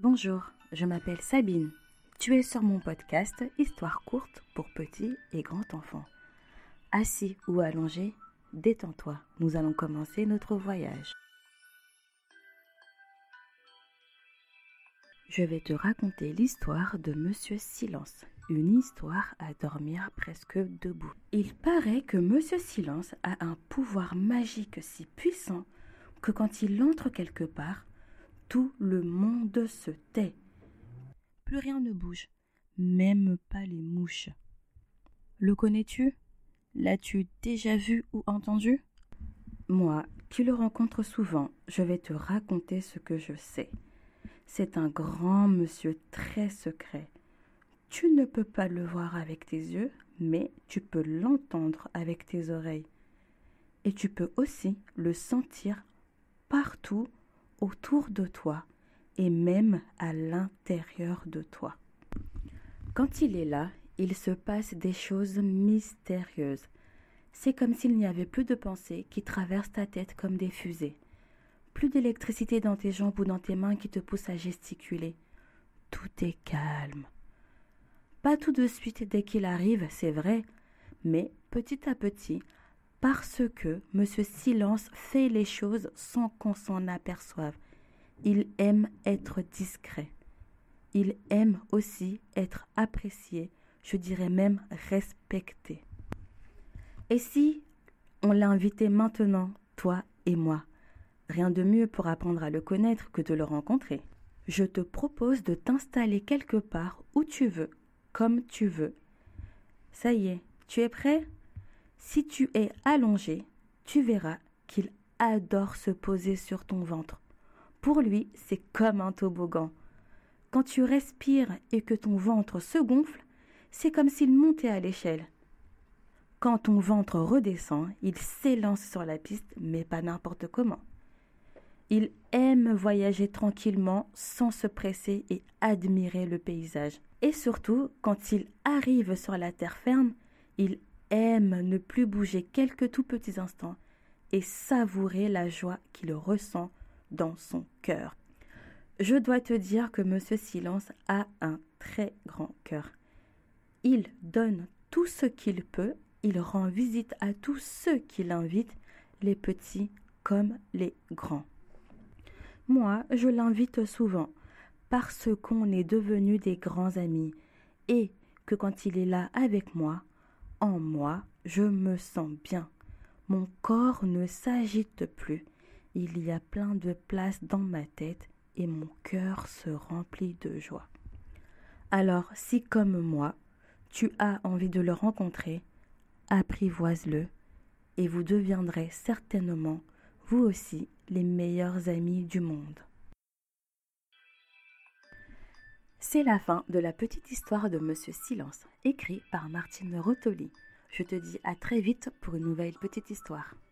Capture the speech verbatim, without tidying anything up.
Bonjour, je m'appelle Sabine. Tu es sur mon podcast Histoire courte pour petits et grands enfants. Assis ou allongé, détends-toi, nous allons commencer notre voyage. Je vais te raconter l'histoire de Monsieur Silence, une histoire à dormir presque debout. Il paraît que Monsieur Silence a un pouvoir magique si puissant que quand il entre quelque part, tout le monde se tait. Plus rien ne bouge, même pas les mouches. Le connais-tu? L'as-tu déjà vu ou entendu? Moi, qui le rencontre souvent, je vais te raconter ce que je sais. C'est un grand monsieur très secret. Tu ne peux pas le voir avec tes yeux, mais tu peux l'entendre avec tes oreilles. Et tu peux aussi le sentir partout autour de toi et même à l'intérieur de toi. Quand il est là, il se passe des choses mystérieuses. C'est comme s'il n'y avait plus de pensées qui traversent ta tête comme des fusées. Plus d'électricité dans tes jambes ou dans tes mains qui te poussent à gesticuler. Tout est calme. Pas tout de suite dès qu'il arrive, c'est vrai, mais petit à petit, parce que Monsieur Silence fait les choses sans qu'on s'en aperçoive. Il aime être discret. Il aime aussi être apprécié, je dirais même respecté. Et si on l'invitait maintenant, toi et moi? Rien de mieux pour apprendre à le connaître que de le rencontrer. Je te propose de t'installer quelque part où tu veux, comme tu veux. Ça y est, tu es prêt? Si tu es allongé, tu verras qu'il adore se poser sur ton ventre. Pour lui, c'est comme un toboggan. Quand tu respires et que ton ventre se gonfle, c'est comme s'il montait à l'échelle. Quand ton ventre redescend, il s'élance sur la piste, mais pas n'importe comment. Il aime voyager tranquillement, sans se presser et admirer le paysage. Et surtout, quand il arrive sur la terre ferme, il aime ne plus bouger quelques tout petits instants et savourer la joie qu'il ressent dans son cœur. Je dois te dire que Monsieur Silence a un très grand cœur. Il donne tout ce qu'il peut, il rend visite à tous ceux qui l'invitent, les petits comme les grands. Moi, je l'invite souvent parce qu'on est devenus des grands amis et que quand il est là avec moi, en moi, je me sens bien. Mon corps ne s'agite plus. Il y a plein de place dans ma tête et mon cœur se remplit de joie. Alors, si comme moi, tu as envie de le rencontrer, apprivoise-le et vous deviendrez certainement, vous aussi, les meilleurs amis du monde. C'est la fin de la petite histoire de Monsieur Silence, écrit par Martine Rotoli. Je te dis à très vite pour une nouvelle petite histoire.